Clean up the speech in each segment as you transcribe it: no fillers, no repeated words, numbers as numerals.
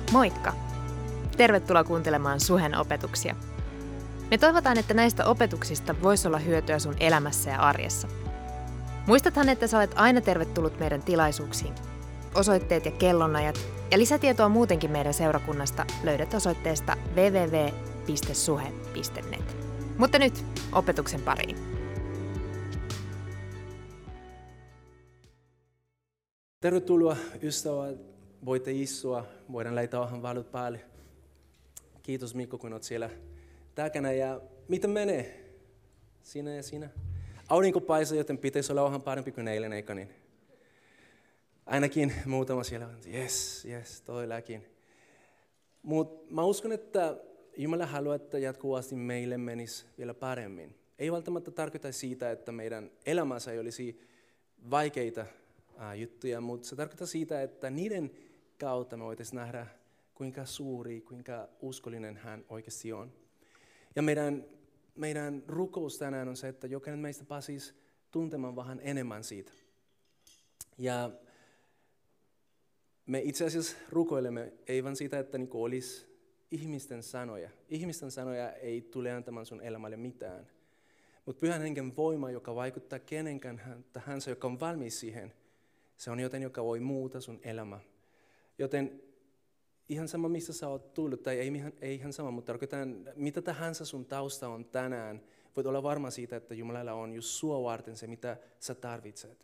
Moikka! Tervetuloa kuuntelemaan Suhen opetuksia. Me toivotaan, että näistä opetuksista voisi olla hyötyä sun elämässä ja arjessa. Muistathan, että sä olet aina tervetullut meidän tilaisuuksiin. Osoitteet ja kellonajat ja lisätietoa muutenkin meidän seurakunnasta löydät osoitteesta www.suhe.net. Mutta nyt opetuksen pariin. Tervetuloa ystävät. Voitte istua, voidaan laittaa vähän valot päälle. Kiitos Mikko, kun olet siellä takana. Ja miten menee? Sinä ja sinä. Aurinko paistaa, joten pitäisi olla vähän parempi kuin eilen, eikö niin? Ainakin muutama siellä on, yes, todellakin. Mutta mä uskon, että Jumala haluaa, että jatkuvasti meille menisi vielä paremmin. Ei välttämättä tarkoita siitä, että meidän elämässä ei olisi vaikeita juttuja, mutta se tarkoittaa siitä, että niiden kautta me voitaisiin nähdä, kuinka suuri, kuinka uskollinen hän oikeasti on. Ja meidän rukous tänään on se, että jokainen meistä pääsisi tuntemaan vähän enemmän siitä. Ja me itse asiassa rukoilemme ei vain siitä, että niinku olisi ihmisten sanoja. Ihmisten sanoja ei tule antamaan sun elämälle mitään. Mutta Pyhän Hengen voima, joka vaikuttaa kenenkään tahansa, joka on valmis siihen, se on joten, joka voi muuta sun elämää. Joten ihan sama, mistä sä oot tullut, tai ei ihan sama, mutta tarkoitan, mitä tahansa sun tausta on tänään, voit olla varma siitä, että Jumalalla on just sua varten se, mitä sä tarvitset.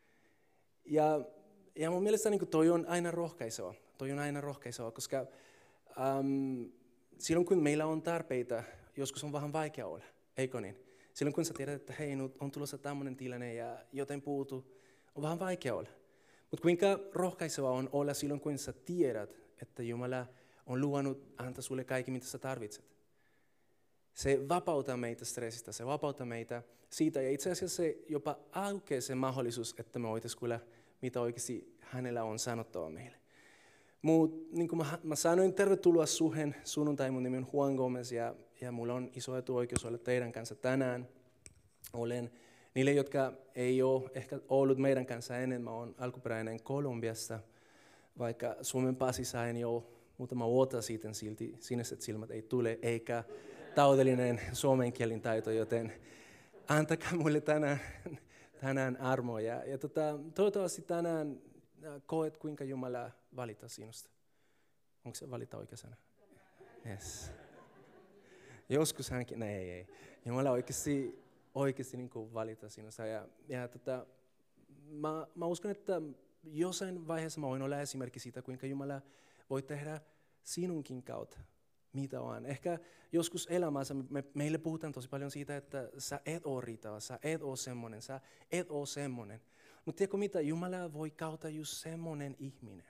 Ja mun mielestä niin toi on aina rohkaiseva. Koska silloin kun meillä on tarpeita, joskus on vähän vaikea olla, eikö niin? Silloin kun sä tiedät, että hei, nyt on tulossa tämmöinen tilanne ja joten puutu, on vähän vaikea olla. Mutta kuinka rohkaiseva on olla silloin, kun sä tiedät, että Jumala on luvannut antaa sulle kaikki, mitä sä tarvitset. Se vapauttaa meitä stressistä, se vapauttaa meitä siitä. Ja itse asiassa se jopa aukeaa se mahdollisuus, että me voitaisiin kuulla, mitä oikeasti hänellä on sanottava meille. Mutta niin kuin mä sanoin, tervetuloa Suhen sunnuntai. Mun nimi on Juan Gomez ja mulla on iso etuoikeus olla teidän kanssa tänään. Olen niille, jotka ei ole ehkä ollut meidän kanssa ennen, mä olen alkuperäinen Kolumbiasta, vaikka Suomen passi sain jo muutama vuotta sitten, silti siniset silmät ei tule, eikä taudellinen suomenkielinen taito, joten antakaa mulle tänään armoa. Ja toivottavasti tänään koet, kuinka Jumala valita sinusta. Onko se valita oikea sana? Yes. Joskus hänkin, ei. Jumala oikeasti niin kuin valita sinusta. Mä uskon, että jossain vaiheessa mä voin olla esimerkki siitä, kuinka Jumala voi tehdä sinunkin kautta mitä on. Ehkä joskus elämässä meille puhutaan tosi paljon siitä, että sä et ole riittävä, sä et ole semmonen. Mutta tiedätkö mitä, Jumala voi kautta just semmonen ihminen.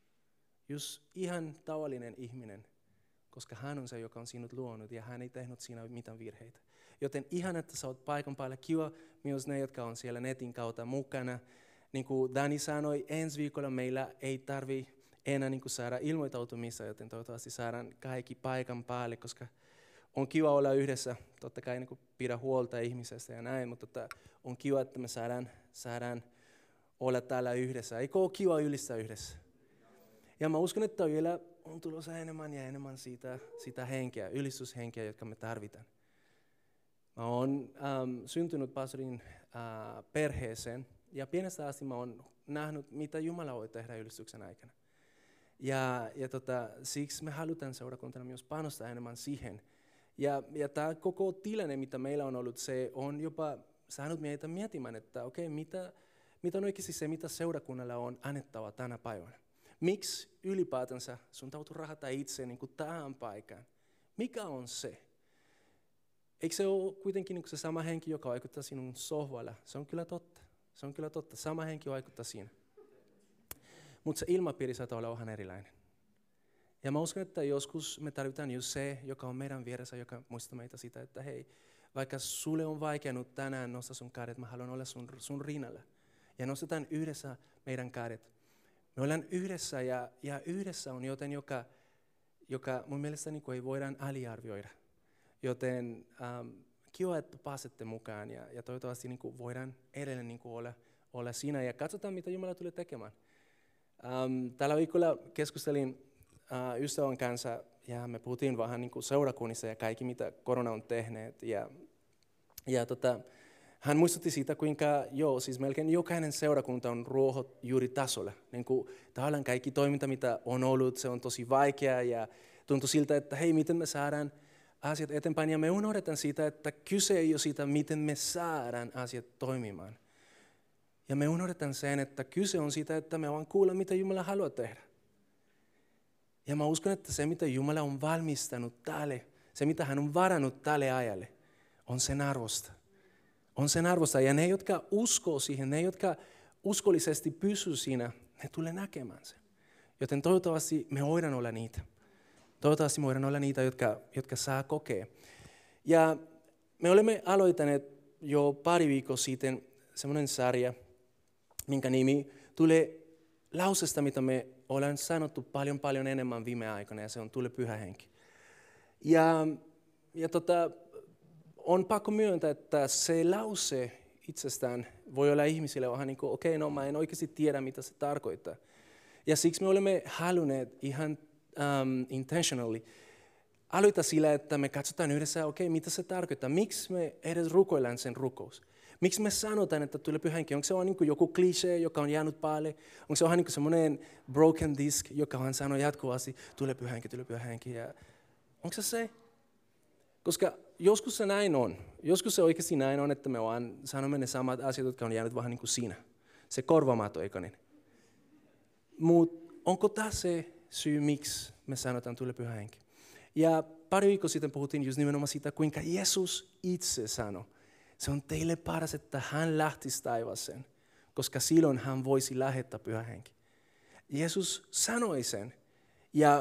Just ihan tavallinen ihminen, koska hän on se, joka on sinut luonut ja hän ei tehnyt siinä mitään virheitä. Joten ihan, että sä oot paikan päällä. Kiva myös ne, jotka on siellä netin kautta mukana. Niin kuin Dani sanoi, ensi viikolla meillä ei tarvitse enää niin kuin saada ilmoittautumista, joten toivottavasti saadaan kaikki paikan päälle, koska on kiva olla yhdessä. Totta kai niin kuin pidä huolta ihmisestä ja näin, mutta on kiva, että me saadaan olla täällä yhdessä. Eikö ole kiva ylistää yhdessä? Ja mä uskon, että vielä on tulossa enemmän ja enemmän sitä henkeä, ylistyshenkeä, jotka me tarvitaan. Mä oon syntynyt pastorin perheeseen ja pienestä asti mä oon nähnyt, mitä Jumala voi tehdä ylistyksen aikana. Ja siksi me halutaan seurakuntana myös panostaa enemmän siihen. Ja tämä koko tilanne, mitä meillä on ollut, se on jopa saanut meitä miettimään, että okei, mitä on oikeasti se, mitä seurakunnalla on annettava tänä päivänä. Miksi ylipäätänsä sun täytyy rahata itse niin kuin tähän paikkaan? Mikä on se? Eikö se ole kuitenkin niin se sama henki, joka vaikuttaa sinun sohvalla? Se on kyllä totta. Sama henki vaikuttaa siinä. Mutta se ilmapiiri saattaa olla vähän erilainen. Ja mä uskon, että joskus me tarvitaan just se, joka on meidän vieressä, joka muistaa meitä sitä, että hei, vaikka sulle on vaikea nyt tänään nostaa sun kädet, mä haluan olla sun rinnalla. Ja nostetaan yhdessä meidän kädet. Me ollaan yhdessä ja yhdessä on joten, joka mun mielestä niin ei voidaan aliarvioida. Joten kiva, että pääsette mukaan ja toivottavasti niin voidaan edelleen niin olla siinä ja katsotaan, mitä Jumala tulee tekemään. Tällä viikolla keskustelin ystävän kanssa ja me puhuttiin vähän niin kuin seurakunnissa ja kaikki mitä korona on tehneet. Hän muistutti siitä, kuinka siis melkein jokainen seurakunta on ruohonjuuritasolla. Niin kuin tavallaan kaikki toiminta, mitä on ollut, se on tosi vaikeaa ja tuntuu siltä, että hei, miten me saadaan asiat eteenpäin. Ja me unohdetaan siitä, että kyse ei ole siitä, miten me saadaan asiat toimimaan. Ja me unohdetaan sen, että kyse on siitä, että me vaan kuulla, mitä Jumala haluaa tehdä. Ja mä uskon, että se, mitä Jumala on valmistanut tälle, se, mitä hän on varannut tälle ajalle, on sen arvosta. On sen arvosta. Ja ne, jotka uskoo siihen, ne, jotka uskollisesti pysyy siinä, ne tulee näkemään sen. Joten toivottavasti me voidaan olla niitä. Toivottavasti me voidaan olla niitä, jotka saa kokea. Ja me olemme aloittaneet jo pari viikkoa sitten semmoinen sarja, minkä nimi tulee lausesta, mitä me ollaan sanottu paljon enemmän viime aikoina, ja se on tule Pyhä Henki. Ja on pakko myöntää, että se lause itsestään voi olla ihmisille vähän niin kuin, okei, no mä en oikeasti tiedä, mitä se tarkoittaa. Ja siksi me olemme halunneet ihan intentionally aloittaa sillä, että me katsotaan yhdessä, okei, mitä se tarkoittaa. Miksi me edes rukoillaan sen rukous? Miksi me sanotaan, että tule Pyhä Henki? Onko se vaan niin kuin joku klišee, joka on jäänyt päälle? Onko se vähän niin kuin semmoinen broken disc, joka vaan sanoo jatkuvasti, tule Pyhä Henki, tule Pyhä Henki? Ja onko se se? Koska joskus se näin on. Joskus se oikeasti näin on, että me vaan sanomme ne samat asiat, jotka on jäänyt vähän niin kuin siinä. Se korvaamaton, eikö niin? Mutta onko tämä se syy, miksi me sanotaan tule Pyhä Henki? Ja pari viikkoa sitten puhuttiin just nimenomaan siitä, kuinka Jeesus itse sanoi. Se on teille paras, että hän lähtisi taivaaseen, koska silloin hän voisi lähettää Pyhä Henki. Jeesus sanoi sen. Ja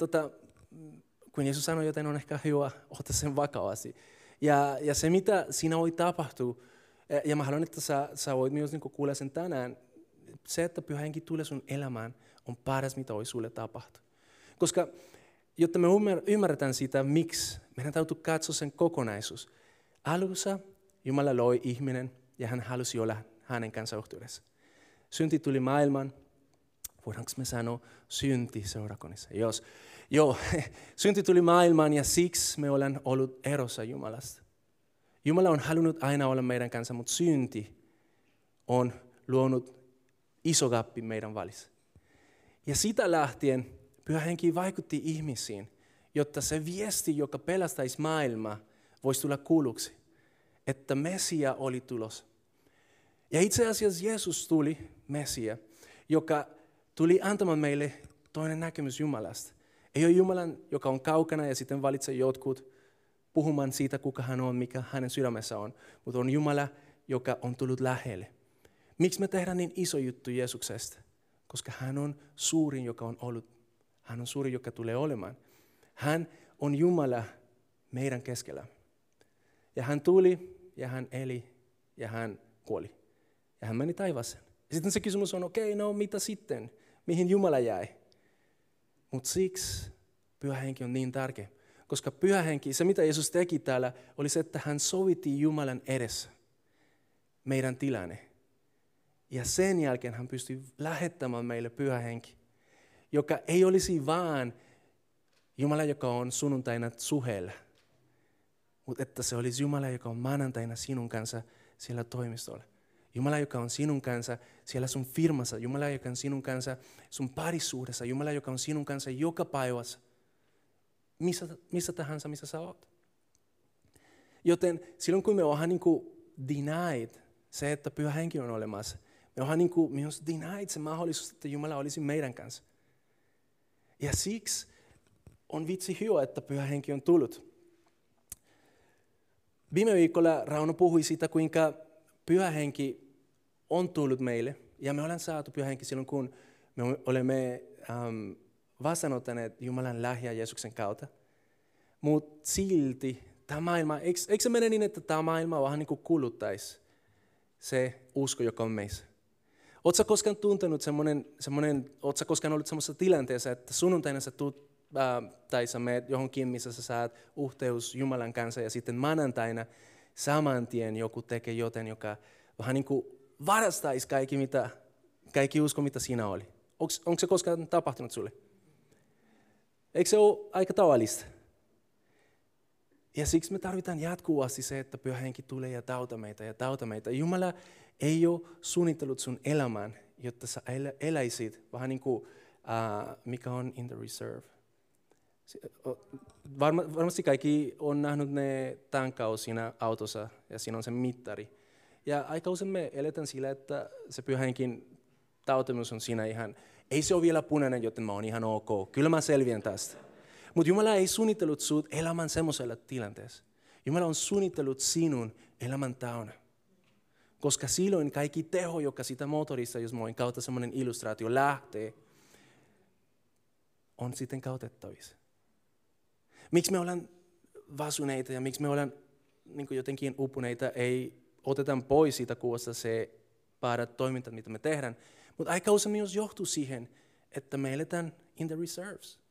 kun Jeesus sanoi, joten on ehkä hyvä ottaa sen vakavasti. Ja se, mitä siinä voi tapahtua, ja mä haluan, että sä voit myös niin kuulla sen tänään, se, että Pyhä Henki tulee sun elämään, on paras, mitä voi sulle tapahtua. Koska jotta me ymmärretään sitä, miksi, meidän täytyy katsoa sen kokonaisuus. Alussa Jumala loi ihminen ja hän halusi olla hänen kanssa yhteydessä. Synti tuli maailmaan. Voidaanko me sanoa synti seurakunnissa? Synti tuli maailmaan ja siksi me ollaan ollut erossa Jumalasta. Jumala on halunnut aina olla meidän kanssa, mutta synti on luonut iso gappi meidän välissä. Ja sitä lähtien Pyhä Henki vaikutti ihmisiin, jotta se viesti, joka pelastaisi maailmaa, voisi tulla kuulluksi, että Mesia oli tulossa. Ja itse asiassa Jeesus tuli Mesia, joka tuli antamaan meille toinen näkemys Jumalasta. Ei ole Jumalan, joka on kaukana ja sitten valitsee jotkut puhumaan siitä, kuka hän on, mikä hänen sydämessä on. Mutta on Jumala, joka on tullut lähelle. Miksi me tehdään niin iso juttu Jeesuksesta? Koska hän on suurin, joka on ollut. Hän on suurin, joka tulee olemaan. Hän on Jumala meidän keskellä. Ja hän tuli, ja hän eli, ja hän kuoli. Ja hän meni taivaaseen. Ja sitten se kysymys on, okei, no mitä sitten? Mihin Jumala jäi? Mutta siksi Pyhä Henki on niin tärkeä. Koska Pyhä Henki, se mitä Jeesus teki täällä, oli se, että hän sovitti Jumalan edessä meidän tilanne. Ja sen jälkeen hän pystyi lähettämään meille Pyhä Henki, joka ei olisi vaan Jumala, joka on sunnuntaina suhella, mutta että se olisi Jumala, joka on maanantaina sinun kanssa siellä toimistolla. Jumala, joka on sinun kanssa siellä sun firmassa. Jumala, joka on sinun kanssa sun parisuudessa. Jumala, joka on sinun kanssa joka päivässä. Missä tahansa, missä sä oot. Joten silloin kun me ollaan niin kuin denied se, että Pyhä Henki on olemassa, me ollaan niin kuin myös denied se mahdollisuus, että Jumala olisi meidän kanssa. Ja siksi on vitsi hyvä, että Pyhä Henki on tullut. Viime viikolla Rauno puhui siitä, kuinka Pyhä Henki on tullut meille. Ja me ollaan saatu Pyhä Henki silloin, kun me olemme vastaanottaneet Jumalan lahjaa Jeesuksen kautta. Mutta silti tämä maailma, eikö se mene niin, että tämä maailma vähän niin kuin kuluttaisi se usko, joka on meissä? Oletko koskaan tuntenut oletko koskaan ollut semmoisessa tilanteessa, että sunnuntaina sä tuut tai sä menet johonkin, missä sä saat yhteys Jumalan kanssa ja sitten maanantaina saman tien joku tekee joten, joka vähän niin kuin varastaisi kaikki usko, mitä siinä oli. Onko se koskaan tapahtunut sulle? Eikö se ole aika tavallista? Ja siksi me tarvitaan jatkuvasti se, että Pyhä Henki tulee ja tauta meitä ja tauta meitä. Jumala ei ole suunnitellut sun elämän, jotta sä eläisit vähän niin kuin, mikä on in the reserve. Varmasti kaikki on nähnyt ne tankkaus siinä autossa ja siinä on se mittari. Ja aika usein me eletään sillä, että se Pyhä Henkin tautamus on siinä ihan, ei se ole vielä punainen, joten mä oon ihan ok. Kyllä mä selviän tästä. Mutta Jumala ei suunnitellut sinut elämän semmoisella tilanteessa. Jumala on suunnitellut sinun elämän täynnä. Koska silloin kaikki teho, joka sitä motorista, jos mä voin kautta semmoinen illustraatio lähtee, on sitten käytettävissä. Miksi me ollaan vasuneita ja miksi me ollaan niin jotenkin upuneita, ei otetaan pois siitä kuvasta se parhaat toimintat, mitä me tehdään. Mutta aika usein myös johtuu siihen, että me eletään in the reserves.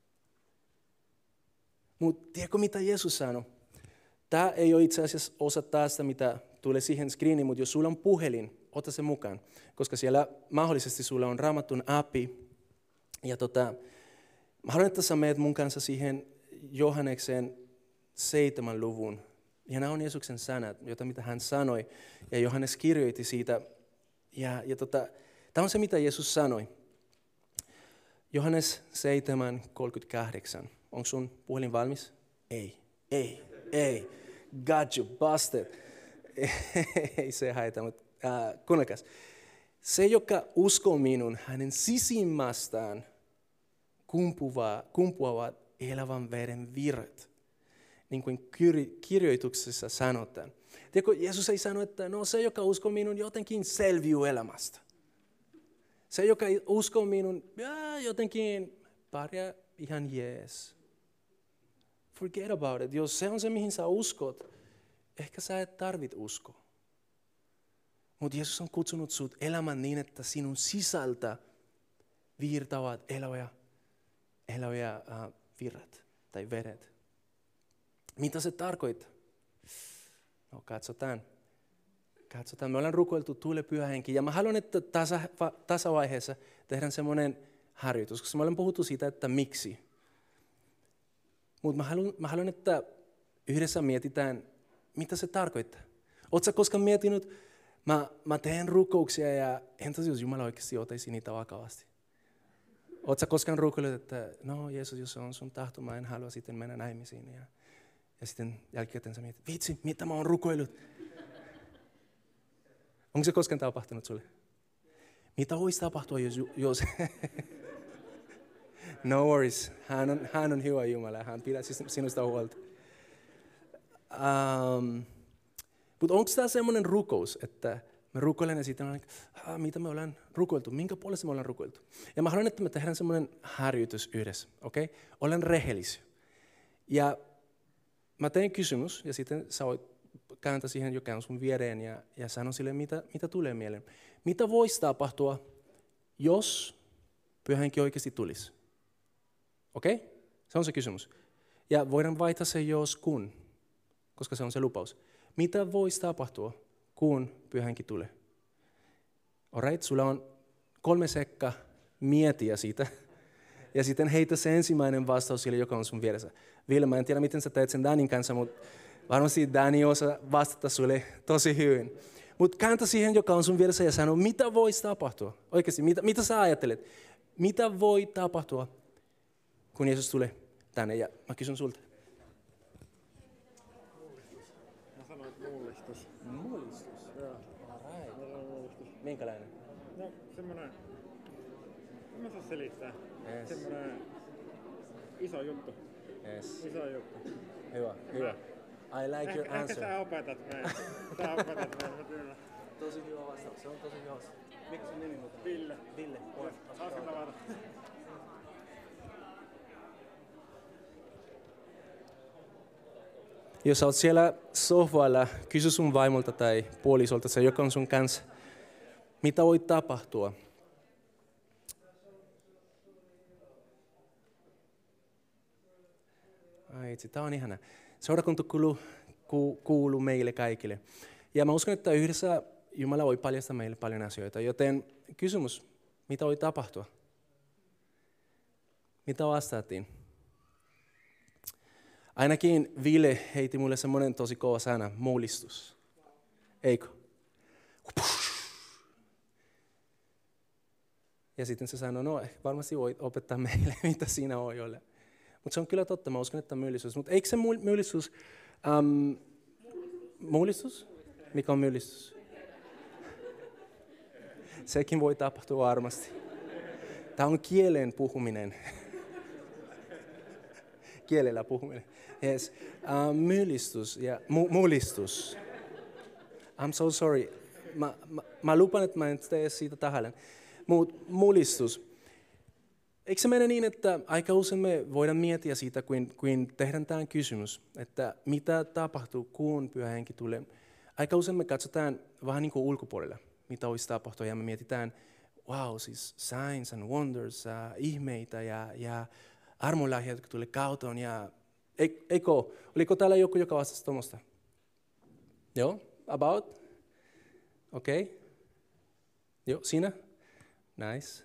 Mutta tiedätkö mitä Jeesus sanoi? Tämä ei ole itse asiassa osa tästä, mitä tulee siihen screeniin, mutta jos sulla on puhelin, ota se mukaan. Koska siellä mahdollisesti sulla on Raamatun appi. Ja mä haluan, että sä menet mun kanssa siihen Johanneksen 7. luvun. Ja nämä on Jeesuksen sanat, mitä hän sanoi. Ja Johannes kirjoitti siitä. Tämä on se, mitä Jeesus sanoi. Johannes 7:38. Onko sun puhelin valmis? Ei. Got you, busted. Ei se haita, mutta kuunnelkaas. Se, joka uskoo minun, hänen sisimmästään kumpuavat elävän veden virrat. Niin kuin kirjoituksessa sanotaan. Tiedätkö, Jeesus ei sano, että se, joka uskoo minun, jotenkin selviää elämästä. Se, joka uskoo minun, jotenkin pärjää ihan jees. Forget about it. Jos se on se, mihin sä uskot, ehkä sä et tarvit uskoa. Mutta Jeesus on kutsunut sut elämään niin, että sinun sisältä virtaavat eläviä virrat tai vedet. Mitä se tarkoittaa? No katsotaan. Me ollaan rukoiltu tule Pyhä Henki. Ja mä haluan, että tässä vaiheessa tehdään semmoinen harjoitus, koska mä olen puhuttu siitä, että miksi. Mutta mä haluan, että yhdessä mietitään, mitä se tarkoittaa. Ootko sä koskaan miettinyt, mä teen rukouksia ja entäs jos Jumala oikeasti otaisi niitä vakavasti? Ootko sä koskaan rukoillut, että no Jeesus, jos se on sun tahto, mä en halua sitten mennä naimisiin. Ja sitten jälkikäteen sä mietit, vitsi, mitä mä oon rukoillut? Onko se koskaan tapahtunut sulle? Mitä voisi tapahtua, jos no worries, hän on hyvä Jumala, hän pitää sinusta huolta. Mutta onko tämä semmoinen rukous, että me rukoilemme ja sitten mitä me ollaan rukoiltu, minkä puolesta me ollaan rukoiltu. Ja mä haluan, että me tehdään semmoinen harjoitus yhdessä, okei? Okay? Olen rehellisiä. Ja mä teen kysymys ja sitten sä voit kääntää siihen, joka on sun viereen ja sano sille, mitä tulee mieleen. Mitä voisi tapahtua, jos Pyhä Henki oikeasti tulisi? Okei? Okay? Se on se kysymys. Ja voidaan vaihtaa se jos kun, koska se on se lupaus. Mitä voisi tapahtua, kun Pyhä Henki tulee? Alright, sulla on 3 sekkaa miettiä siitä. Ja sitten heitä se ensimmäinen vastaus sille, joka on sun vieressä. Ville, mä en tiedä, miten sä teet sen Danin kanssa, mutta varmasti Dani osaa vastata sulle tosi hyvin. Mutta kääntää siihen, joka on sun vieressä ja sano, mitä voisi tapahtua? Oikeasti, mitä sä ajattelet? Mitä voi tapahtua, kun Jeesus tulee tänne? Ja mä kysyn sulta. Mä sanoin, että mullistus. Mullistus? Joo. Alright. Mullistus. Minkälainen? No semmonen, en mä saa selittää. Yes. Semmonen iso juttu. Yes. Iso juttu. Hyvä. I like your answer. Ehkä sä opetat meidän, kyllä. Tosi hyvä vastaus. Se on tosi hyvä vastaus. Mikä sun nimi muuten? Ville. Ville. Hauska tavata. Jos olet siellä sohvalla, kysy sun vaimolta tai puolisolta, se joka on sun kanssa, mitä voi tapahtua? Ai itse, tämä on ihana. Seurakunta kuuluu meille kaikille. Ja mä uskon, että yhdessä Jumala voi paljastaa meille paljon asioita. Joten kysymys, mitä voi tapahtua? Mitä vastattiin? Ainakin Ville heiti mulle semmoinen tosi kova sana, mullistus. Eikö? Ja sitten se sanoi, no varmasti voit opettaa meille, mitä siinä on joille. Mutta se on kyllä totta, mä uskon, että on mullistus. Mutta eikö se mullistus... mullistus? Mikä on mullistus? Sekin voi tapahtua varmasti. Tämä on kielen puhuminen. Kielellä puhuminen. Yes. Mullistus ja mullistus. I'm so sorry. Mä lupaan, että mä en tee siitä tahallaan. Mullistus. Eikö se mene niin, että aika usein me voidaan miettiä siitä, kun tehdään tämä kysymys, että mitä tapahtuu, kun Pyhä Henki tulee. Aika usein me katsotaan vähän niin kuin ulkopuolella, mitä olisi tapahtua, ja me mietitään, wow, siis signs and wonders, ihmeitä ja armonlahjat, jotka tulee kautoon. Eikö? Oliko täällä joku, joka vastasi tuommoista? Joo, about? Okei. Okay. Joo, siinä? Nice.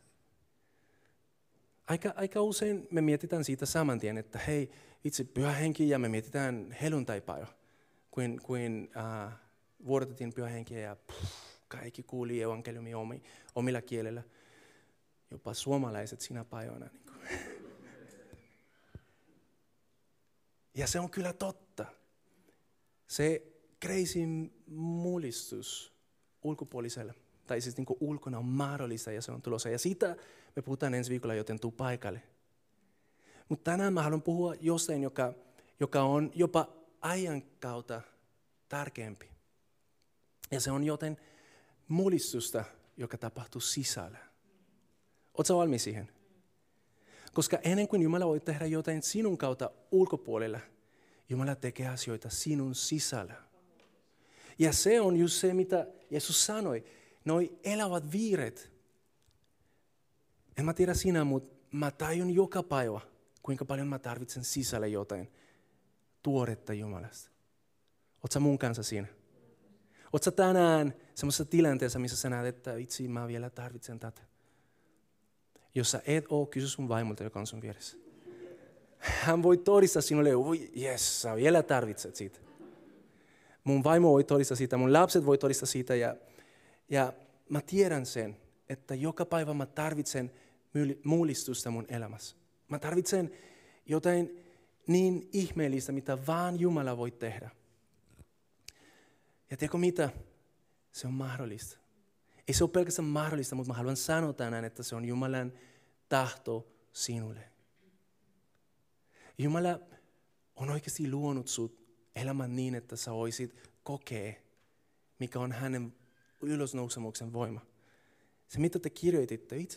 Aika usein me mietitään siitä saman tien, että hei, itse Pyhä Henki, ja me mietitään helluntaipäivä, kun vuodatettiin Pyhä Henkiä ja kaikki kuuli evankeliumi omilla kielellä. Jopa suomalaiset sinä päivänä. Ja se on kyllä totta. Se crazy mullistus ulkopuolisella, tai siis niin kuin ulkona on mahdollista ja se on tulossa. Ja siitä me puhutaan ensi viikolla, joten tuu paikalle. Mutta tänään mä haluan puhua jostain, joka on jopa ajan kautta tärkeämpi. Ja se on joten mullistusta, joka tapahtuu sisällä. Ootko valmis siihen? Koska ennen kuin Jumala voi tehdä jotain sinun kautta ulkopuolella, Jumala tekee asioita sinun sisällä. Ja se on just se, mitä Jeesus sanoi. Noi elävät viiret. En mä tiedä sinä, mutta mä tajun joka päivä, kuinka paljon mä tarvitsen sisällä jotain tuoretta Jumalasta. Ootko mun kanssa siinä? Ootko tänään semmoisessa tilanteessa, missä sä näet, että itse mä vielä tarvitsen tätä? Jos sä et oo, kysy sun vaimolta, joka on sun vieressä. Hän voi todistaa sinulle, jes, sä vielä tarvitset siitä. Mun vaimo voi todistaa siitä, mun lapset voi todistaa siitä ja mä tiedän sen, että joka päivä mä tarvitsen mullistusta mun elämässä. Mä tarvitsen jotain niin ihmeellistä, mitä vaan Jumala voi tehdä. Ja tiedätkö mitä? Se on mahdollista. Ei se ole pelkästään mahdollista, mutta mä haluan sanoa tänään, että se on Jumalan tahto sinulle. Jumala on oikeasti luonut sut elämän niin, että sä voisit kokea, mikä on hänen ylösnousemuksen voima. Se, mitä te kirjoititte, itse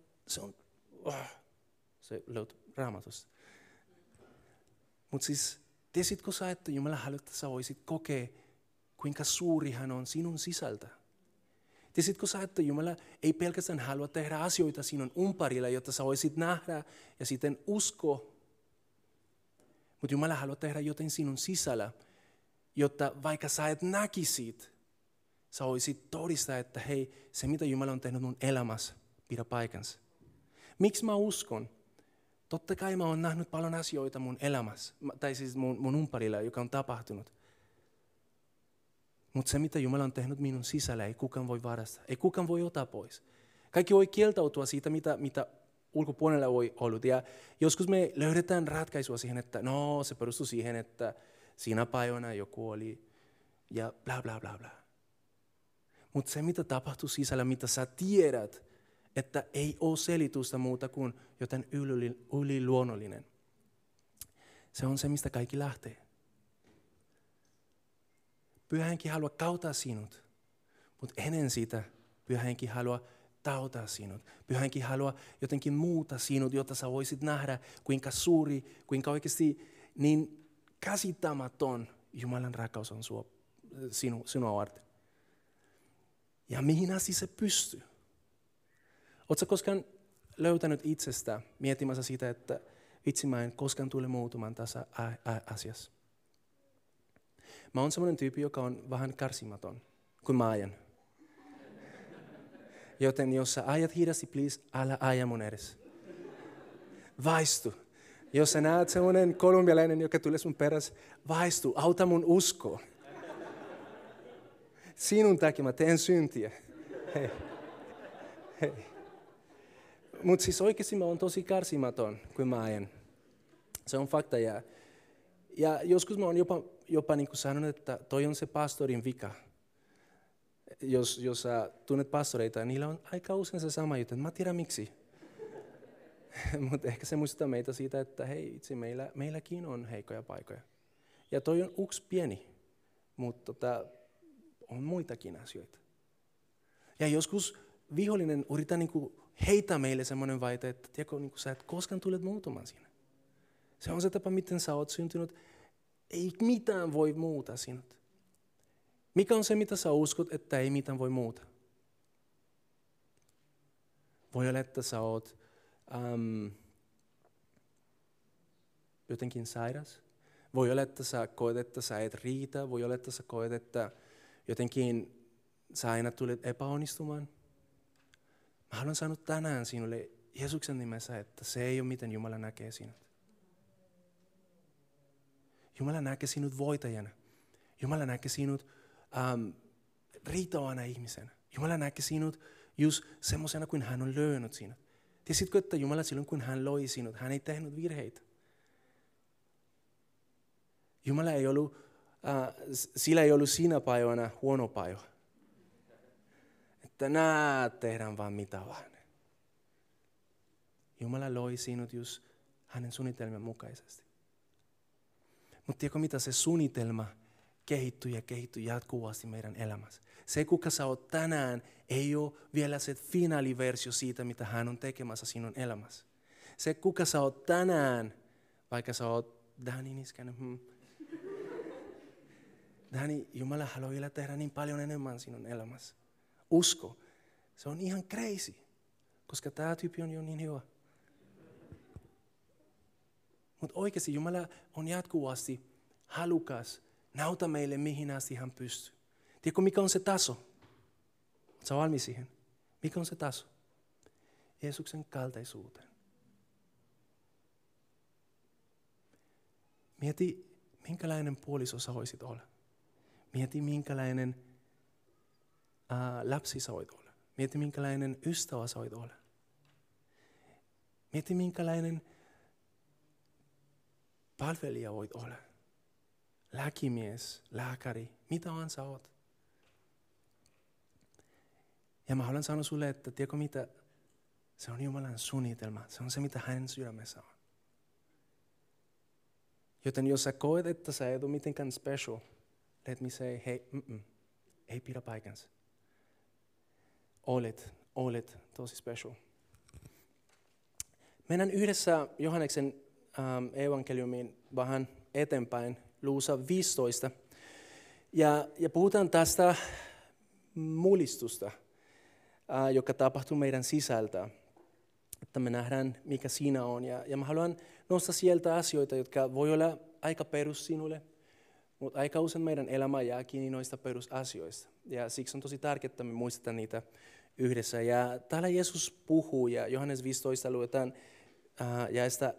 se löytyy Raamatusta. Mutta siis, tiesitkö sä, että Jumala haluaa, että sä voisit kokea, kuinka suuri hän on sinun sisältä? Tiesitkö sä, että Jumala ei pelkästään halua tehdä asioita sinun umparilla, jotta sä voisit nähdä ja sitten uskoa. Mutta Jumala haluaa tehdä jotain sinun sisällä, jotta vaikka sä et näkisit, sä voisit todistaa, että hei, se mitä Jumala on tehnyt mun elämässä, pidä paikansa. Miksi mä uskon? Totta kai mä oon nähnyt paljon asioita mun elämässä, tai siis mun umparilla, joka on tapahtunut. Mutta se, mitä Jumala on tehnyt minun sisällä, ei kukaan voi varastaa. Ei kukaan voi ottaa pois. Kaikki voi kieltautua siitä, mitä ulkopuolella voi ollut. Ja joskus me löydetään ratkaisua siihen, että no, se perustuu siihen, että siinä päivänä joku oli ja bla bla bla bla. Mutta se, mitä tapahtuu sisällä, mitä sä tiedät, että ei ole selitystä muuta kuin jotain yliluonnollinen. Se on se, mistä kaikki lähtee. Pyhä Henki haluaa kauttaa sinut, mutta ennen sitä Pyhä Henki haluaa tautaa sinut. Pyhä Henki haluaa jotenkin muuta sinut, jotta sä voisit nähdä, kuinka suuri, kuinka oikeasti niin käsittämätön Jumalan rakkaus on sinua varten. Ja mihin asti se pystyy? Oletko koskaan löytänyt itsestä miettimässä sitä, että vitsi mä en koskaan tule muutumaan tässä asiassa? Mä oon semmoinen tyyppi, joka on vähän kärsimätön, kun mä ajan. Joten jos sä ajat hidasti, please, älä aja mun edessä. Vaistu. Jos sä näet semmoinen kolumbialainen, joka tulee sun perässä, vaistu, auta mun uskoon. Sinun takia mä teen syntiä. Hei. Hei. Mutta siis oikeasti mä oon tosi kärsimätön, kun mä ajan. Se on fakta. Ja joskus mä oon jopa niin kuin sanonut, että toi on se pastorin vika. Jos sä tunnet pastoreita, niillä on aika usein se sama juttu. Mä tiedän miksi. Mutta ehkä se muistuttaa meitä siitä, että hei, itse meilläkin on heikkoja paikoja. Ja toi on yksi pieni, mutta on muitakin asioita. Ja joskus vihollinen yrittää niinku heitä meille semmoinen väite, että tiedätkö, niinku sä et koskaan tulet muuttumaan siinä. Se on se tapa, miten sä oot syntynyt. Ei mitään voi muuta sinut. Mikä on se, mitä sä uskot, että ei mitään voi muuta? Voi olla, että sä oot jotenkin sairas. Voi olla, että sä koet, että sä et riitä. Voi olla, että sä koet, että jotenkin sä aina tulet epäonnistumaan. Mä haluan sanoa tänään sinulle Jeesuksen nimessä, että se ei ole miten Jumala näkee sinut. Jumala näkee sinut voitajana. Jumala näkee sinut riittävänä ihmisenä. Jumala näkee sinut just semmoisena kuin hän on löynyt sinut. Tiesitkö, että Jumala silloin kun hän loi sinut, hän ei tehnyt virheitä. Jumala ei ollut, sillä ei ollut siinä päivänä huono päivä. Että tehdään vaan mitä vaan. Jumala loi sinut just hänen suunnitelman mukaisesti. Mutta tiedätkö mitä, se suunnitelma kehittyy ja kehittyy jatkuvasti meidän elämässä. Se kuka sä oot tänään ei ole vielä se finaaliversio siitä, mitä hän on tekemässä sinun elämässä. Se kuka sä oot tänään, vaikka sä oot Dani Niskanen, Dani, Jumala haluaa vielä tehdä niin paljon enemmän sinun elämässä. Usko, se on ihan crazy, koska tämä tyyppi on jo niin hyvä. Mutta oikeasti Jumala on jatkuvasti halukas näytä meille, mihin asti hän pystyy. Tiedätkö, mikä on se taso? Oletko sä valmis siihen? Mikä on se taso? Jeesuksen kaltaisuuteen. Mieti, minkälainen puoliso sä voisit olla. Mieti, minkälainen lapsi sä voit olla. Mieti, minkälainen ystävä sä voit olla. Mieti, minkälainen palvelija voit olla. Lääkimies, lääkäri, mitä vaan sä oot. Ja mä haluan sanoa sulle, että tiedätkö mitä? Se on Jumalan suunnitelma. Se on se, mitä hänen sydämessä on. Joten jos sä koet, että sä et ole mitenkään special, let me say, hei, ei pidä paikansa. Olet tosi special. Mennään yhdessä Johanneksen evankeliumiin vähän eteenpäin, luvussa 15. Ja puhutaan tästä mullistusta, joka tapahtuu meidän sisältä. Että me nähdään, mikä siinä on. Ja mä haluan nostaa sieltä asioita, jotka voi olla aika perus sinulle, mutta aika usein meidän elämä jää kiinni noista perusasioista. Ja siksi on tosi tärkeää, että me muistetaan niitä yhdessä. Ja täällä Jeesus puhuu, ja Johannes 15 luetaan jaesta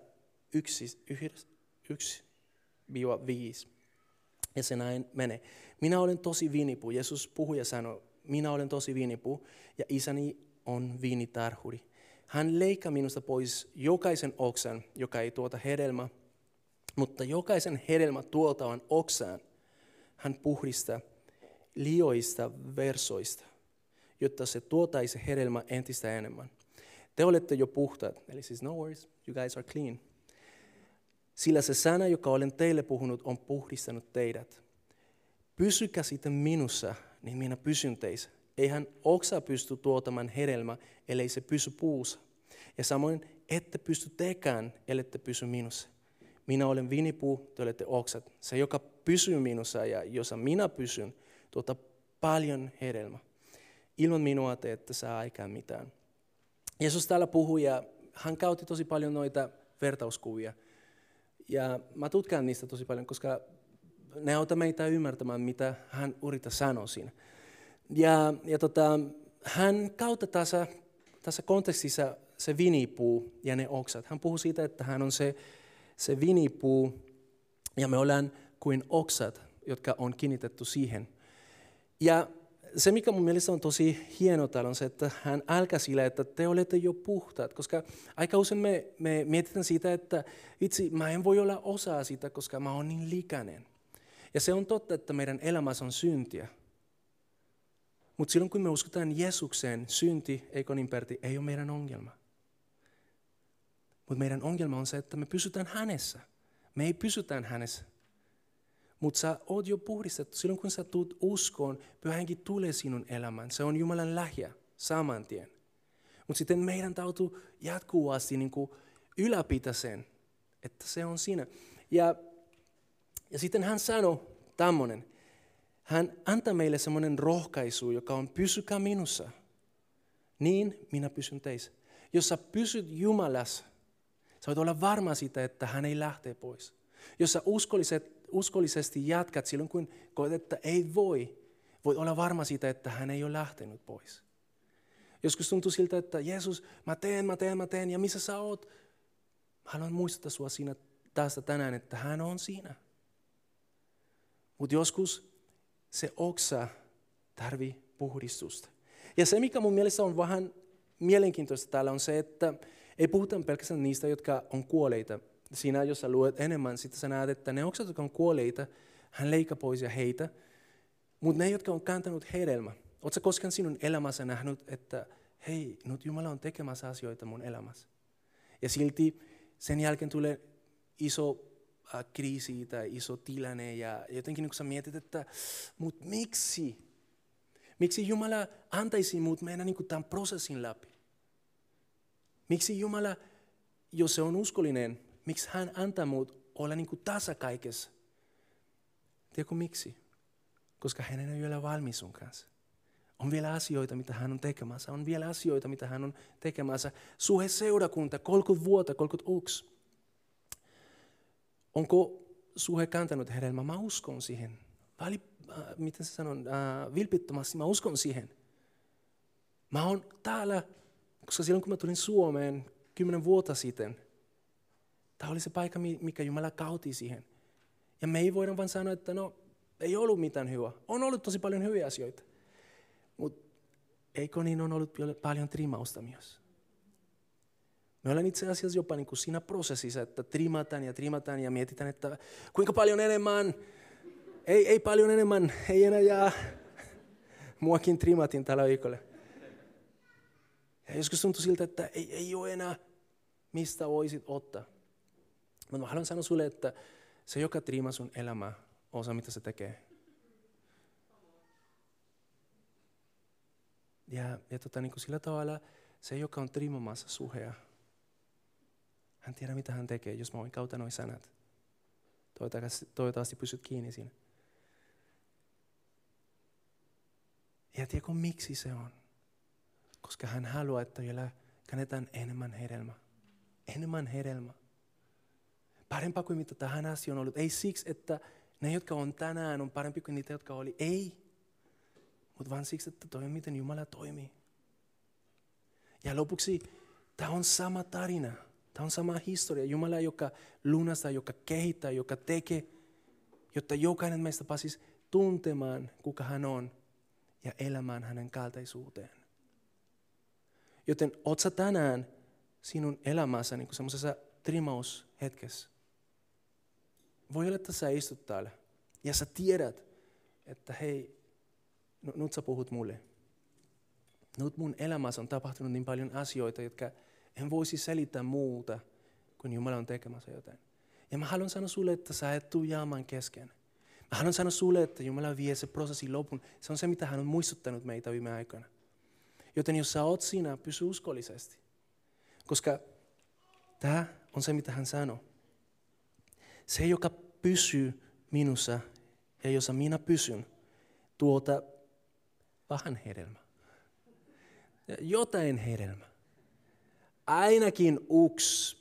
1-5. Ja se näin menee. Minä olen tosi viinipuu. Jeesus puhui ja sanoi, minä olen tosi viinipuu, ja isäni on viinitarhuri. Hän leikkaa minusta pois jokaisen oksan, joka ei tuota hedelmää, mutta jokaisen hedelmä tuotavan oksan hän puhdistaa lioista versoista, jotta se tuotaisi hedelmää entistä enemmän. Te olette jo puhtaat, eli siis no worries, you guys are clean. Sillä se sana, joka olen teille puhunut, on puhdistanut teidät. Pysykää sitten minussa, niin minä pysyn teissä. Eihän oksa pysty tuotamaan hedelmää, ellei se pysy puussa. Ja samoin ette pysty tekään, ellette pysy minussa. Minä olen viinipuu, te olette oksat. Se, joka pysyy minussa ja jossa minä pysyn, tuota paljon hedelmää. Ilman minua te ette saa aikaan mitään. Jeesus täällä puhui ja hän käytti tosi paljon noita vertauskuvia. Ja mä tutkaan niistä tosi paljon, koska ne auttavat meitä ymmärtämään, mitä hän yrittää sanoa siinä. Ja hän kautta tässä kontekstissa se viinipuu ja ne oksat. Hän puhuu siitä, että hän on se se vinipuu, ja me ollaan kuin oksat, jotka on kiinnitetty siihen. Ja se, mikä mun mielestä on tosi hieno täällä, on se, että hän älkä sillä, että te olette jo puhtaat. Koska aika usein me mietitään siitä, että itse mä en voi olla osa sitä, koska mä oon niin likainen. Ja se on totta, että meidän elämässä on syntiä. Mutta silloin kun me uskotaan Jeesukseen, synti, eikö niin Pertti, ei ole meidän ongelma. Mutta meidän ongelma on se, että me pysytään hänessä. Me ei pysytään hänessä. Mutta sä oot jo puhdistettu. Silloin kun sä tulet uskoon, Pyhä Henki tulee sinun elämään. Se on Jumalan lähiö saman tien. Mutta sitten meidän täytyy jatkuvasti niin kuin ylläpitää sen, että se on siinä. Ja sitten hän sanoi tämmöinen. Hän antaa meille semmoinen rohkaisu, joka on pysykää minussa. Niin minä pysyn teissä. Jos sä pysyt Jumalassa, sä voit olla varma siitä, että hän ei lähtee pois. Jos sä uskollisesti jatkat silloin, kun koet, että ei voit olla varma siitä, että hän ei ole lähtenyt pois. Joskus tuntuu siltä, että Jeesus, mä teen, ja missä sä oot? Mä haluan muistuttaa sua siinä tästä tänään, että hän on siinä. Mutta joskus se oksa tarvii puhdistusta. Ja se, mikä mun mielestä on vähän mielenkiintoista täällä, on se, että ei puhuta pelkästään niistä, jotka on kuolleita. Siinä, jos sä luet enemmän, sitten sä näet, että ne oksat, jotka on kuolleita, hän leikkaa pois ja heitä. Mutta ne, jotka on kantanut hedelmä, oot sä koskaan sinun elämässä nähnyt, että hei, nyt Jumala on tekemässä asioita mun elämässä. Ja silti sen jälkeen tulee iso kriisi tai iso tilanne ja jotenkin kun sä mietit, että mut miksi? Miksi Jumala antaisi mut mennä niin kuin tämän prosessin läpi? Miksi Jumala, jos se on uskollinen, miksi hän antaa mut olla niin kuin tasa kaikessa? Tiedätkö miksi? Koska hän ei ole valmis sun kanssa. On vielä asioita, mitä hän on tekemässä. On vielä asioita, mitä hän on tekemässä. Suhe seurakunta, 30 vuotta, 31. Onko suhe kantanut hedelmää? Mä uskon siihen. Miten se sanon? Vilpittömästi mä uskon siihen. Mä oon täällä, koska silloin kun mä tulin Suomeen 10 vuotta sitten, tämä oli se paikka, mikä Jumala kauti siihen. Ja me ei voida vaan sanoa, että no, ei ollut mitään hyvää. On ollut tosi paljon hyviä asioita. Mutta eikö niin on ollut paljon trimausta myös? Me ollaan itse asiassa jopa niin kuin siinä prosessissa, että trimataan ja mietitään, että kuinka paljon enemmän. Ei paljon enemmän, ei enää jää. Muakin trimatin tällä viikolla. Ja joskus tuntuu siltä, että ei ole enää mistä voisit ottaa. Mutta mä haluan sanoa sulle, että se, joka trimaa sun elämää, osa mitä se tekee. Ja niin kuin sillä tavalla se, joka on trimamassa suhea, hän tiedää mitä hän tekee, jos mä voin kautta nuo sanat. Toivottavasti pysyt kiinni siinä. Ja tiedätkö miksi se on? Koska hän haluaa, että vielä kannetaan enemmän hedelmää. Enemmän hedelmää. Parempaa kuin mitä tähän asti on ollut. Ei siksi, että ne, jotka on tänään, on parempi kuin niitä, jotka oli. Ei. Mutta vaan siksi, että toi on miten Jumala toimii. Ja lopuksi, tämä on sama tarina. Tämä on sama historia. Jumala, joka lunastaa, joka kehittää, joka tekee, jotta jokainen meistä pääsisi tuntemaan, kuka hän on ja elämään hänen kaltaisuuteen. Joten oot sä tänään sinun elämässä niin semmoisessa trimaushetkessä. Voi olla, että sä istut täällä ja sä tiedät, että hei, nyt sä puhut mulle. Nyt mun elämässä on tapahtunut niin paljon asioita, jotka en voisi selittää muuta, kun Jumala on tekemässä jotain. Ja mä haluan sanoa sulle, että sä et tule jäämään kesken. Mä haluan sanoa sulle, että Jumala vie se prosessi lopun. Se on se, mitä hän on muistuttanut meitä viime aikana. Joten jos sä oot siinä, pysy uskollisesti. Koska tämä on se, mitä hän sanoo. Se, joka pysyy minussa ja jossa minä pysyn, tuota vähän hedelmää. Jotain hedelmää. Ainakin yksi.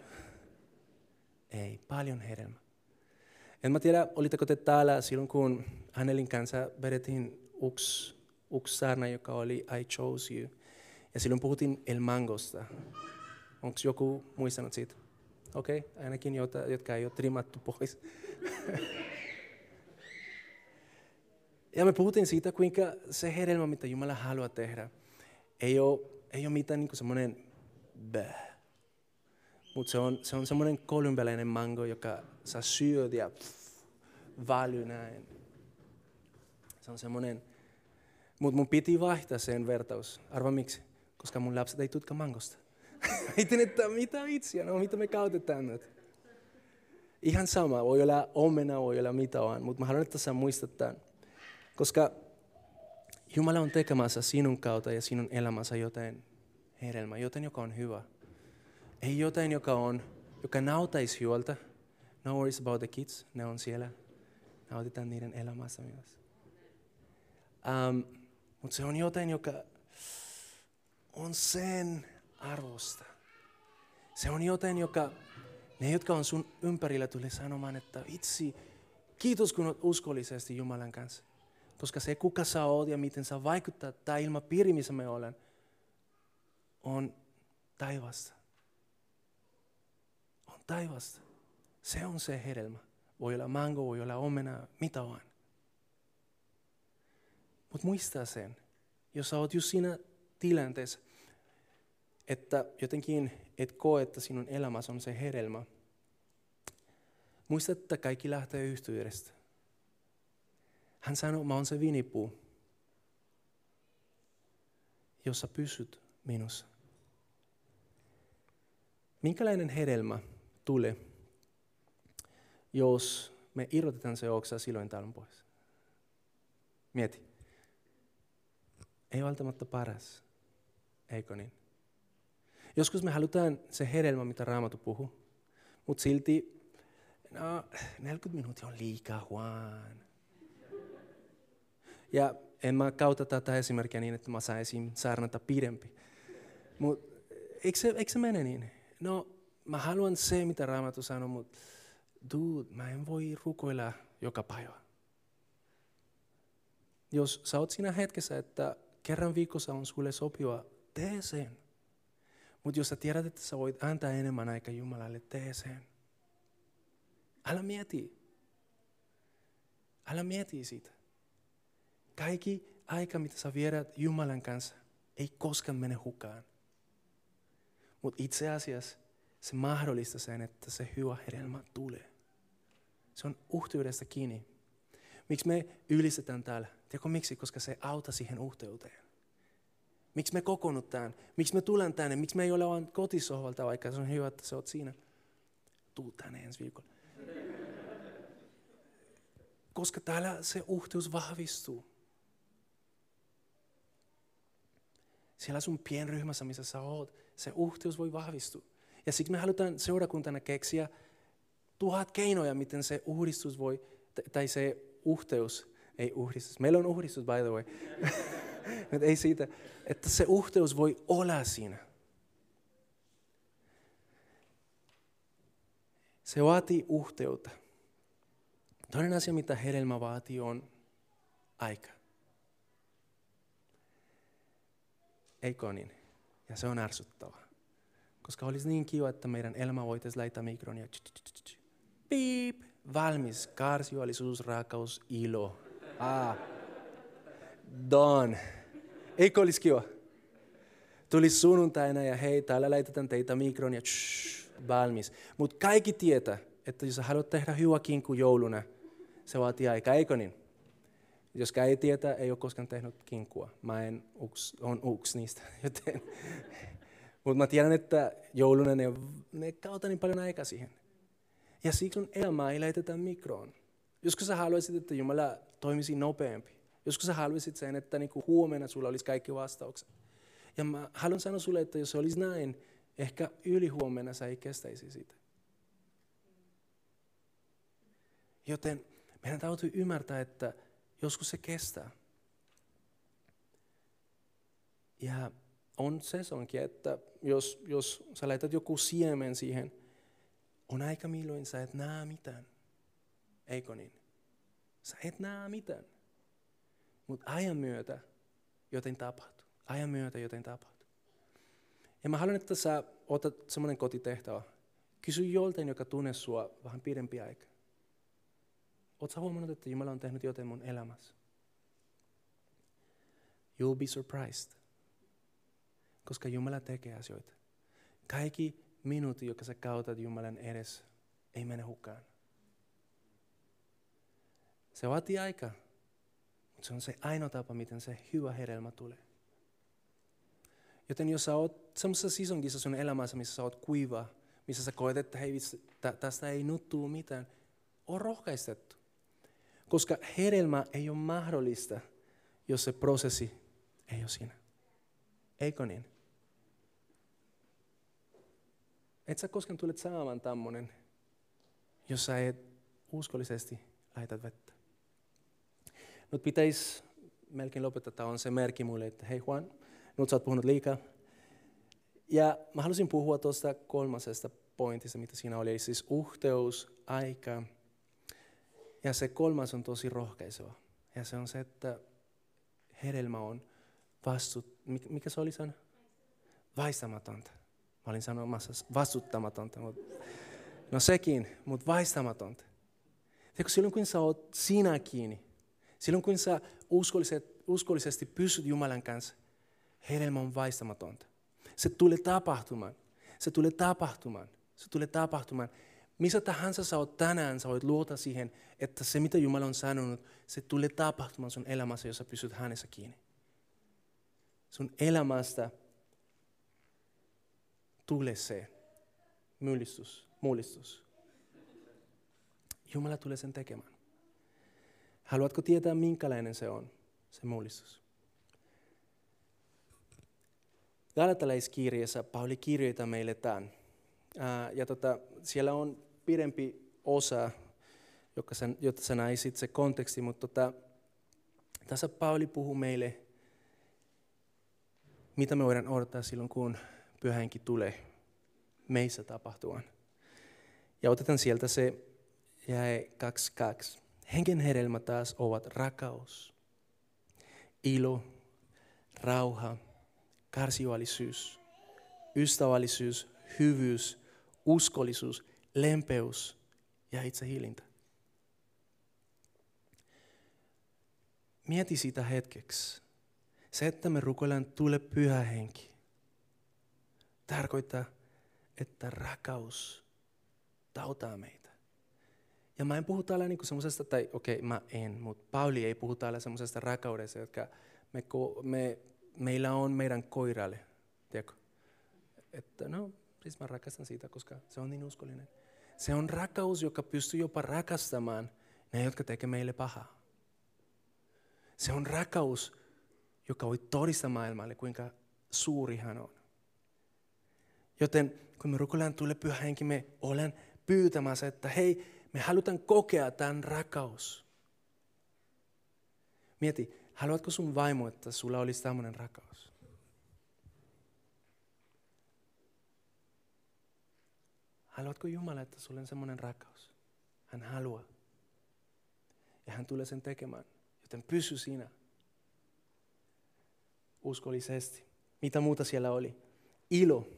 Ei, paljon hedelmää. En mä tiedä, olitteko te täällä silloin, kun Annelin kanssa vedettiin yksi saarna, joka oli I chose you. Ja silloin puhuttiin El Mangosta. Onko joku muistanut siitä? Okei, ainakin jotka ei ole trimmattu pois. Ja me puhuttiin siitä, kuinka se hedelmä, mitä Jumala haluaa tehdä, ei ole mitään niin kuin semmoinen mutta se on semmoinen kolumbialainen mango, joka sä syöt ja valyy näin. Se on semmoinen, mutta mun piti vaihtaa sen vertaus. Arva miksi? Koska mun lapset ei tutka mangosta. Mietin, että mitä vitsiä, no mitä me käytetään nyt. Ihan sama, voi olla omena, voi olla mitä vaan, mutta mä haluan, että sä muistat tämän. Koska Jumala on tekemässä sinun kautta ja sinun elämässä jotain hedelmää, jotain, joka on hyvä. Ei jotain, joka nautaisi hyvältä. No worries about the kids, ne on siellä. Nautitaan niiden elämässä myös. Mutta se on jotain, joka on sen arvosta. Se on jotain, joka ne, jotka on sun ympärillä, tulee sanomaan, että itse, kiitos kun olet uskollisesti Jumalan kanssa. Koska se, kuka sä oot ja miten sä vaikuttaa, tämä ilmapiiri, missä me ollaan, on taivasta. On taivasta. Se on se hedelmä. Voi olla mango, voi olla omena, mitä vaan. Mutta muista sen, jos sä oot just siinä tilanteessa, että jotenkin et koe, että sinun elämässä on se hedelmä. Muista, että kaikki lähtee yhteydestä. Hän sanoi, mä oon se viinipuu, jos sä pysyt minussa. Minkälainen hedelmä tulee, jos me irrotetaan se oksa silloin talon pois? Mieti. Ei välttämättä paras, eikö niin? Joskus me halutaan se hedelmä, mitä Raamattu puhuu, mutta silti 40 minuuttia on liikaa Juan. Ja en mä kauta tätä esimerkkiä niin, että mä saisin saarnata pidempi. Mutta eikö se mene niin? No, mä haluan se, mitä Raamattu sanoo, mutta dude, mä en voi rukoilla joka päivä. Jos sä oot siinä hetkessä, että kerran viikossa on sulle sopiva, tee sen. Mutta jos sä tiedät, että sä voit antaa enemmän aikaa Jumalalle, tee sen. Älä mieti siitä. Kaikki aika, mitä sä viedät Jumalan kanssa, ei koskaan mene hukkaan. Mutta itse asiassa se mahdollistaa sen, että se hyvä hedelmä tulee. Se on yhteydestä kiinni. Miksi me ylistetään täällä? Tiedätkö miksi? Koska se auttaa siihen yhteyteen. Miksi me kokoonnutaan? Miksi me tullaan tänne? Miksi me ei ole vain kotisohvalta, vaikka se on hyvä, että sä oot siinä? Tuu tänne ensi viikolla. Koska täällä se yhteys vahvistuu. Siellä sun pienryhmässä, missä sä oot, se yhteys voi vahvistua. Ja siksi me halutaan seurakuntana keksiä 1000 keinoja, miten se uudistus voi, tai se yhteys, ei uudistus. Meillä on uudistus, by the way. Ei siitä, että se yhteys voi olla siinä. Se vaatii yhteyttä. Toinen asia, mitä hedelmä vaatii, on aika. Eikö niin? Ja se on ärsyttävää. Koska olisi niin kiva, että meidän elämä voitaisiin laittaa mikroon ja piip, valmis, kärsivällisyys, rakkaus, ilo. Done. Eikö olisi kiva? Tulisi sunnuntaina ja hei, täällä laitetaan teitä mikroon ja valmis. Mutta kaikki tietää, että jos haluat tehdä hyvä kinkku jouluna, se vaatii aikaa, eikö niin? Jos ei tietää, ei ole koskaan tehnyt kinkkua. Mä on niistä. Mutta mä tiedän, että jouluna ne kautta niin paljon aikaa siihen. Ja siksi sun elämää ei laiteta mikroon. Joskus sä haluaisit, että Jumala toimisi nopeampi. Joskus sä haluaisit sen, että niinku huomenna sulla olisi kaikki vastaukset. Ja mä haluan sanoa sulle, että jos se olisi näin, ehkä ylihuomenna sä ei kestäisi sitä. Joten meidän täytyy ymmärtää, että joskus se kestää. Ja on sesonkin, että jos sä laitat joku siemen siihen, on aika milloin sä et näe mitään. Eikö niin? Sä et näe mitään. Mutta ajan myötä jotain tapahtuu. Ja mä haluan, että sä otat semmoinen kotitehtävä. Kysy joltain, joka tunne sua vähän pidempi aika. Oletko sä huomannut, että Jumala on tehnyt jotain mun elämässä? You'll be surprised. Koska Jumala tekee asioita. Kaikki minuutti, joka sä käytät Jumalan edessä, ei mene hukkaan. Se vaatii aikaa, mutta se on se ainoa tapa, miten se hyvä hedelmä tulee. Joten jos sä oot semmoisessa seasonkissa sun elämässä, missä sä oot kuiva, missä sä koet, että hei, tästä ei nyt tule mitään, on rohkaistettu. Koska hedelmä ei ole mahdollista, jos se prosessi ei ole siinä. Eikö niin? Et sä koskaan tulet saamaan tämmönen, jos sä et uskollisesti laitat vettä. Nyt pitäisi melkein lopettaa, tämä on se merkki mulle, että hei Juan, nyt sä oot puhunut liikaa. Ja mä halusin puhua tuosta kolmasesta pointista, mitä siinä oli, eli siis uhteus, aika. Ja se kolmas on tosi rohkaiseva. Ja se on se, että hedelmä on mikä se oli sana? Vaistamatonta. Mä olin sanomassa vastuttamatonta. No sekin, mutta vaistamatonta. Tiedätkö, silloin kun sä oot sinä kiinni, silloin kun sä uskollisesti pysyt Jumalan kanssa, hedelmä on vaistamatonta. Se tulee tapahtumaan. Se tulee tapahtumaan. Se tulee tapahtumaan. Missä tahansa sä oot tänään, sä voit luota siihen, että se mitä Jumala on sanonut, se tulee tapahtumaan sun elämässä, jos sä pysyt hänessä kiinni. Sun elämästä tulee se mullistus. Jumala tulee sen tekemään. Haluatko tietää, minkälainen se on, se mullistus? Galatalaiskirjeessä Pauli kirjoittaa meille tämän. Ja siellä on pidempi osa, jotta sä näisit se konteksti, mutta tässä Pauli puhuu meille, mitä me voidaan odottaa silloin, kun Pyhä Henki tulee meissä tapahtumaan. Ja otetaan sieltä se jae 2.2. Hengen hedelmä taas ovat rakkaus, ilo, rauha, kärsivällisyys, ystävällisyys, hyvyys, uskollisuus, lempeys ja itsehilintä. Mieti sitä hetkeksi. Se, että me rukoillaan tule Pyhä Henki, tarkoittaa, että rakkaus tautaa meitä. Ja mä en puhu täällä niinku semmoisesta, tai mä en, mutta Pauli ei puhu täällä semmoisesta rakkaudesta, jotka meillä on meidän koiralle. Tiedätkö? Että no, siis mä rakastan siitä, koska se on niin uskollinen. Se on rakkaus, joka pystyy jopa rakastamaan ne, jotka tekee meille pahaa. Se on rakkaus, joka voi todistaa maailmalle, kuinka suuri hän on. Joten kun me rukoillaan tule Pyhä Henki, me olen pyytämässä, että hei, me halutaan kokea tämän rakkaus. Mieti, haluatko sun vaimo, että sulla olisi tämmöinen rakkaus? Haluatko Jumala, että sulla on semmoinen rakkaus? Hän haluaa. Ja hän tulee sen tekemään. Joten pysy siinä. Uskollisesti. Mitä muuta siellä oli? Ilo.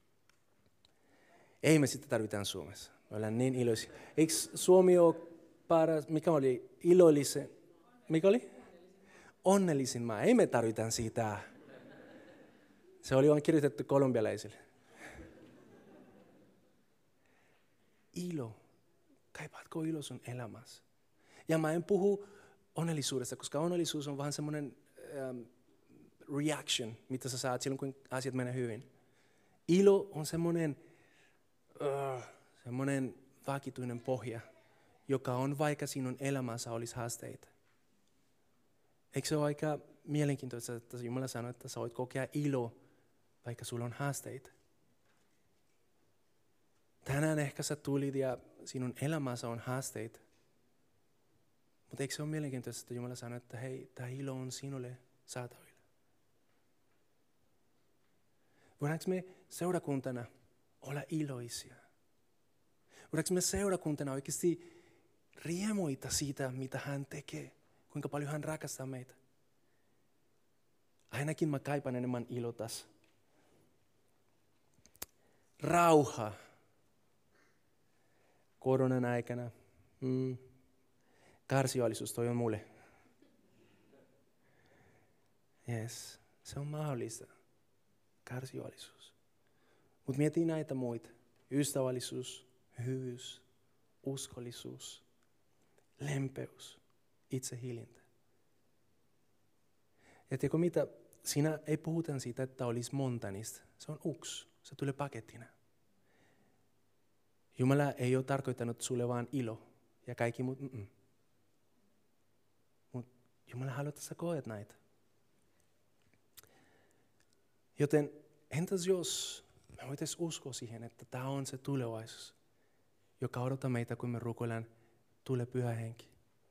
Ei me sitä tarvitaan Suomessa. Me ollaan niin iloisia. Eikö Suomi ole paras, mikä oli ilollisen? Mikä oli? Onnellisin maa. Ei me tarvitaan sitä. Se oli vain kirjoitettu kolumbialaisille. Ilo. Kaipaatko ilo sun elämässä? Ja mä en puhu onnellisuudesta, koska onnellisuus on vähän semmoinen reaction, mitä sä saat silloin, kun asiat menee hyvin. Ilo on semmoinen vakituinen pohja, joka on vaikka sinun elämässä olisi haasteita. Eikö se ole aika mielenkiintoista, että Jumala sanoo, että sä voit kokea ilo, vaikka sulla on haasteita? Tänään ehkä sä tulit ja sinun elämässä on haasteita. Mutta eikö se ole mielenkiintoista, että Jumala sanoo, että hei, tämä ilo on sinulle saatavilla. Voidaanko me seurakuntana olla iloisia? Voidaanko me seurakuntana oikeasti riemuita siitä, mitä hän tekee? Kuinka paljon hän rakastaa meitä? Ainakin mä kaipaan enemmän ilo tässä. Rauha. koronan aikana. Kärsiväällisyys, toi on mulle. Yes, se on mahdollista. Kärsiväällisyys. Mutta mieti näitä muita. Ystävällisyys, hyvyys, uskollisuus, lempeys, itsehillintä. Ja tiedätkö mitä? Siinä ei puhuta siitä, että olisi monta niistä. Se on yksi. Se tulee pakettina. Jumala ei ole tarkoittanut sulle vaan ilo ja kaikki muut. Mutta Jumala haluaa, että sä koet näitä. Joten entäs jos me voitaisiin uskoa siihen, että tämä on se tulevaisuus, joka odottaa meitä, kun me rukoillaan, tule Pyhä Henki.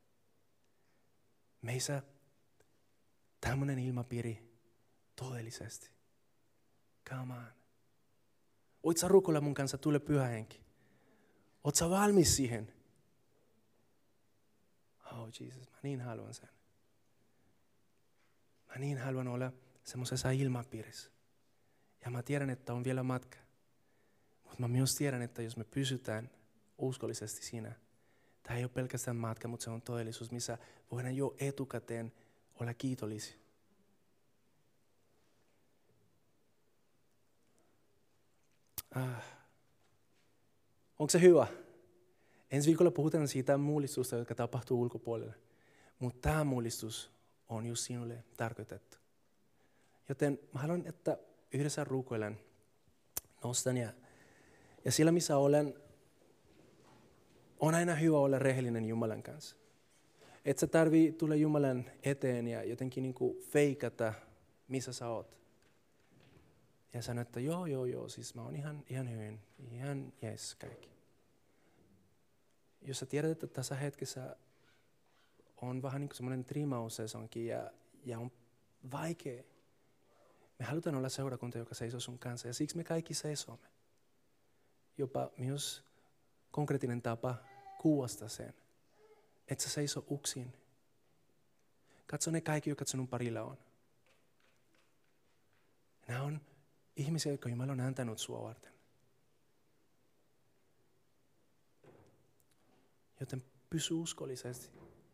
Meissä tämmöinen ilmapiiri todellisesti. Come on. Voit sä rukoilla mun kanssa, tule Pyhä Henki? Oot sä valmis siihen? Oh Jesus, mä niin haluan sen. Mä niin haluan olla semmoisessa ilmapiirissä. Ja mä tiedän, että on vielä matka. Mutta mä myös tiedän, että jos me pysytään uskollisesti siinä, tämä ei ole pelkästään matka, mutta se on todellisuus, missä voidaan jo etukäteen olla kiitollisia. Onko se hyvä? Ensi viikolla puhutaan siitä mullistusta, joka tapahtuu ulkopuolella. Mutta tämä mullistus on just sinulle tarkoitettu. Joten mä haluan, että yhdessä rukoilen, nostan ja siellä missä olen, on aina hyvä olla rehellinen Jumalan kanssa. Et sä tarvii tulla Jumalan eteen ja jotenkin niinku feikata, missä sä oot. Ja sanoa, että joo, siis mä oon ihan hyvin, ihan jes kaikki. Jos sä tiedät, että tässä hetkessä on vähän niin kuin semmoinen triimaussesonki ja on vaikea. Me halutaan olla seurakunta, joka seisoo sun kanssa ja siksi me kaikki seisomme. Jopa myös konkreettinen tapa kuvastaa sen, että sä seisoo yksin. Katso ne kaikki, jotka sinun parilla on. Nämä on ihmisiä, jotka Jumala on antanut sua varten. Joten pysy uskollisesti.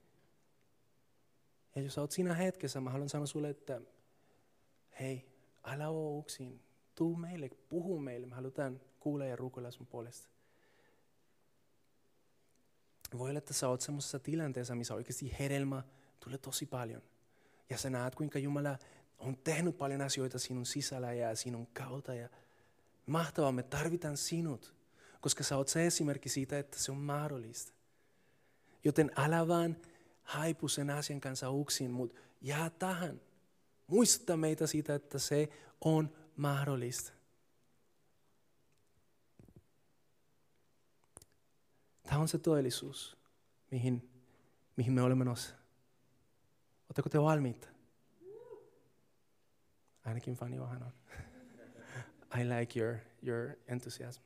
Ja jos olet siinä hetkessä, mä haluan sanoa sulle, että hei, älä ole yksin. Tuu meille, puhu meille. Me halutaan kuulla ja rukoilla sun puolesta. Voi olla, että sä oot semmoisessa tilanteessa, missä oikeasti hedelmä tulee tosi paljon. Ja sä näet, kuinka Jumala on tehnyt paljon asioita sinun sisällä ja sinun kautta. Ja mahtavaa, me tarvitaan sinut, koska sä oot se esimerkki siitä, että se on mahdollista. Joten älä vaan haipu sen asian kanssa yksin, mutta jää tähän. Muistuttaa meitä siitä, että se on mahdollista. Tämä on se todellisuus, mihin me olemme menossa. Oletteko te valmiita? Ainakin Fanny vähän on. I like your enthusiasm.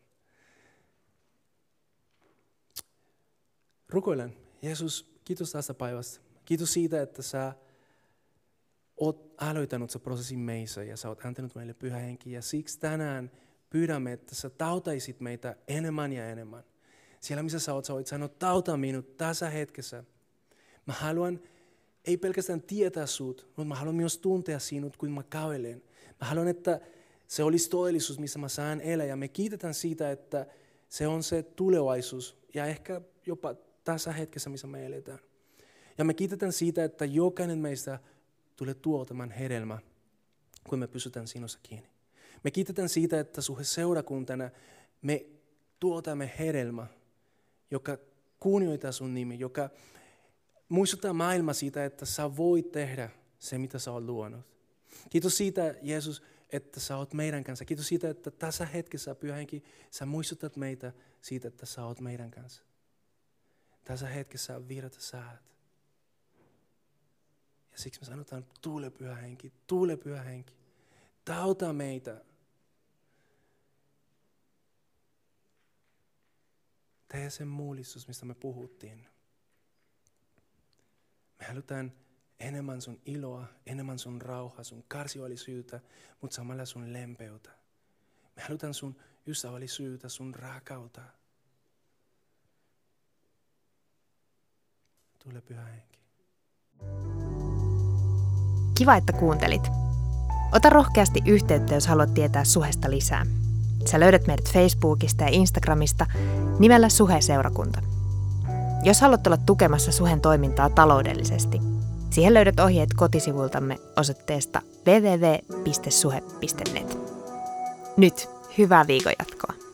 Rukoilen. Jeesus, kiitos tästä päivästä. Kiitos siitä, että sä oot aloittanut se prosessin meissä ja sä oot antanut meille Pyhä Henki. Ja siksi tänään pyydämme, että sä tautaisit meitä enemmän ja enemmän. Siellä missä sä voit sanoa, tauta minut tässä hetkessä. Mä haluan ei pelkästään tietää sut, mutta mä haluan myös tuntea sinut, kun mä kävelen. Mä haluan, että se olisi todellisuus, missä mä saan elää. Ja me kiitetään siitä, että se on se tulevaisuus ja ehkä jopa tässä hetkessä, missä me eletään. Ja me kiitetään siitä, että jokainen meistä tulee tuotamaan hedelmä, kun me pysytään sinussa kiinni. Me kiitetään siitä, että suhe seurakuntana me tuotamme hedelmä, joka kunnioittaa sun nimi, joka muistuttaa maailmaa siitä, että sä voit tehdä se, mitä sä oot luonut. Kiitos siitä, Jeesus, että sä oot meidän kanssa. Kiitos siitä, että tässä hetkessä, Pyhä Henki, sä muistutat meitä siitä, että sä oot meidän kanssa. Tässä hetkessä virta säät. Ja siksi me sanotaan, tule Pyhä Henki, tule Pyhä Henki. Tauta meitä. Tee sen mullistus, mistä me puhuttiin. Me halutaan enemmän sun iloa, enemmän sun rauhaa, sun kärsivällisyyttä, mutta samalla sun lempeyttä. Me halutaan sun ystävällisyyttä, sun rakkautta. tule Pyhä Henki. Kiva, että kuuntelit. Ota rohkeasti yhteyttä, jos haluat tietää Suhesta lisää. Sä löydät meidät Facebookista ja Instagramista nimellä Suhe-seurakunta. Jos haluat olla tukemassa Suhen toimintaa taloudellisesti, siihen löydät ohjeet kotisivultamme osoitteesta www.suhe.net. Nyt hyvää viikon jatkoa.